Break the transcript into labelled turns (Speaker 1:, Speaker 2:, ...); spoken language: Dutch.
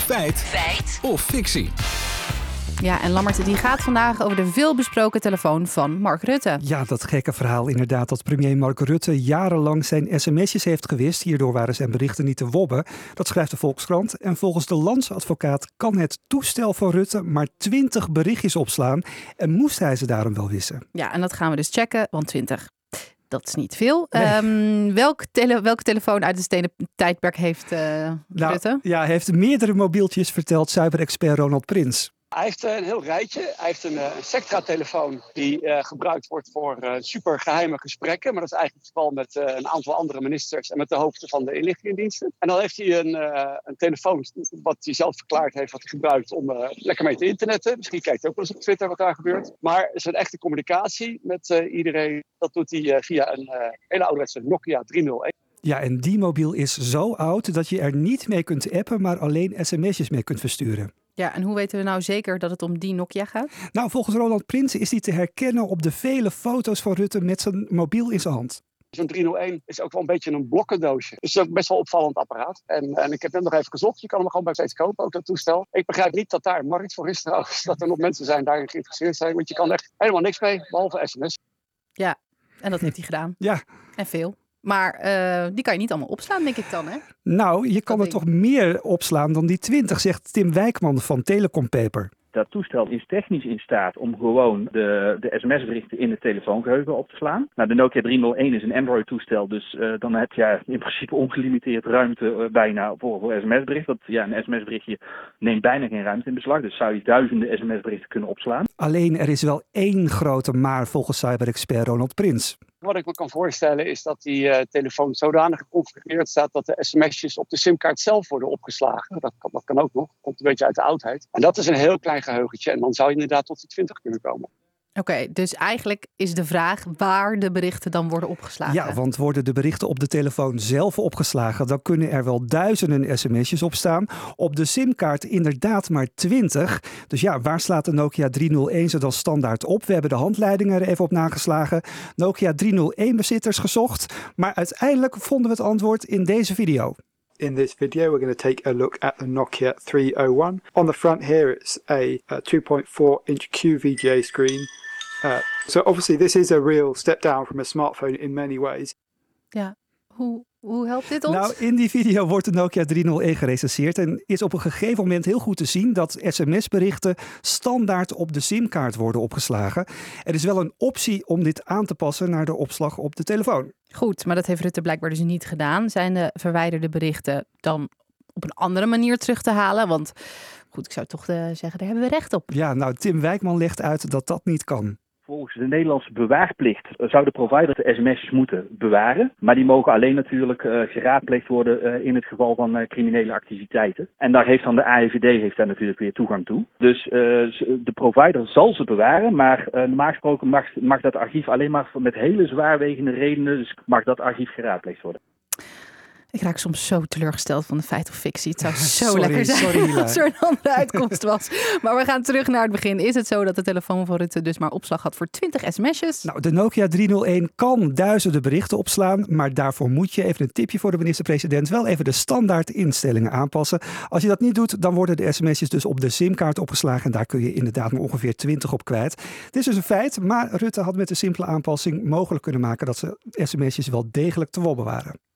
Speaker 1: Feit of fictie?
Speaker 2: Ja, en Lammert die gaat vandaag over de veelbesproken telefoon van Mark Rutte.
Speaker 3: Ja, dat gekke verhaal inderdaad dat premier Mark Rutte jarenlang zijn sms'jes heeft gewist. Hierdoor waren zijn berichten niet te wobben. Dat schrijft de Volkskrant. En volgens de landsadvocaat kan het toestel van Rutte maar 20 berichtjes opslaan. En moest hij ze daarom wel wissen.
Speaker 2: Ja, en dat gaan we dus checken, want 20... Dat is niet veel.
Speaker 3: Nee.
Speaker 2: Welke telefoon uit het stenen tijdperk heeft Rutte?
Speaker 3: Ja, hij heeft meerdere mobieltjes, vertelt cyberexpert Ronald Prins.
Speaker 4: Hij heeft een heel rijtje. Hij heeft een Sectra-telefoon die gebruikt wordt voor supergeheime gesprekken. Maar dat is eigenlijk het geval met een aantal andere ministers en met de hoofden van de inlichtingendiensten. En dan heeft hij een telefoon wat hij zelf verklaard heeft wat hij gebruikt om lekker mee te internetten. Misschien kijkt hij ook wel eens op Twitter wat daar gebeurt. Maar zijn echte communicatie met iedereen, dat doet hij via een hele ouderwetse Nokia 301.
Speaker 3: Ja, en die mobiel is zo oud dat je er niet mee kunt appen, maar alleen sms'jes mee kunt versturen.
Speaker 2: Ja, en hoe weten we nou zeker dat het om die Nokia gaat?
Speaker 3: Nou, volgens Ronald Prins is die te herkennen op de vele foto's van Rutte met zijn mobiel in zijn hand.
Speaker 4: Zo'n 301 is ook wel een beetje een blokkendoosje. Dus het is ook best wel een opvallend apparaat. En ik heb net nog even gezocht. Je kan hem gewoon bij steeds kopen, ook dat toestel. Ik begrijp niet dat daar een markt voor is trouwens. Dat er nog mensen zijn daarin geïnteresseerd zijn. Want je kan echt helemaal niks mee, behalve sms.
Speaker 2: Ja, en dat heeft hij gedaan.
Speaker 3: Ja.
Speaker 2: En veel. Maar die kan je niet allemaal opslaan, denk ik dan, hè?
Speaker 3: Nou, je kan er toch meer opslaan dan die 20, zegt Tim Wijkman van Telecom Paper.
Speaker 5: Dat toestel is technisch in staat om gewoon de sms-berichten in het telefoongeheugen op te slaan. Nou, de Nokia 301 is een Android-toestel, dus dan heb je in principe ongelimiteerd ruimte bijna voor sms-bericht. Een sms-berichtje neemt bijna geen ruimte in beslag, dus zou je duizenden sms-berichten kunnen opslaan.
Speaker 3: Alleen er is wel één grote maar volgens cyberexpert Ronald Prins.
Speaker 4: Wat ik me kan voorstellen is dat die telefoon zodanig geconfigureerd staat dat de sms'jes op de simkaart zelf worden opgeslagen. Dat kan ook nog, komt een beetje uit de oudheid. En dat is een heel klein geheugentje en dan zou je inderdaad tot die 20 kunnen komen.
Speaker 2: Oké, dus eigenlijk is de vraag waar de berichten dan worden opgeslagen.
Speaker 3: Ja, want worden de berichten op de telefoon zelf opgeslagen, dan kunnen er wel duizenden sms'jes op staan. Op de simkaart inderdaad maar 20. Dus ja, waar slaat de Nokia 301 ze dan standaard op? We hebben de handleidingen er even op nageslagen. Nokia 301-bezitters gezocht. Maar uiteindelijk vonden we het antwoord in deze video.
Speaker 6: In this video, we're going to take a look at the Nokia 301. On the front here, it's a 2.4-inch QVGA screen. So obviously this is a real step down from a smartphone in many ways.
Speaker 2: Ja, hoe helpt dit ons?
Speaker 3: Nou, in die video wordt de Nokia 301 gerecenseerd en is op een gegeven moment heel goed te zien dat sms-berichten standaard op de simkaart worden opgeslagen. Er is wel een optie om dit aan te passen naar de opslag op de telefoon.
Speaker 2: Goed, maar dat heeft Rutte blijkbaar dus niet gedaan. Zijn de verwijderde berichten dan op een andere manier terug te halen? Want goed, ik zou toch zeggen, daar hebben we recht op.
Speaker 3: Ja, nou, Tim Wijkman legt uit dat dat niet kan.
Speaker 5: Volgens de Nederlandse bewaarplicht zou de provider de sms'jes moeten bewaren. Maar die mogen alleen natuurlijk geraadpleegd worden in het geval van criminele activiteiten. En daar heeft dan de AIVD natuurlijk weer toegang toe. Dus de provider zal ze bewaren, maar normaal gesproken mag dat archief alleen maar met hele zwaarwegende redenen, dus mag dat archief geraadpleegd worden.
Speaker 2: Ik raak soms zo teleurgesteld van de feit of fictie. Het zou zo lekker zijn als er een andere uitkomst was. Maar we gaan terug naar het begin. Is het zo dat de telefoon van Rutte dus maar opslag had voor 20 sms'jes?
Speaker 3: Nou, de Nokia 301 kan duizenden berichten opslaan. Maar daarvoor moet je, even een tipje voor de minister-president, wel even de standaard instellingen aanpassen. Als je dat niet doet, dan worden de sms'jes dus op de simkaart opgeslagen. En daar kun je inderdaad maar ongeveer 20 op kwijt. Het is dus een feit, maar Rutte had met een simpele aanpassing mogelijk kunnen maken dat ze sms'jes wel degelijk te wobben waren.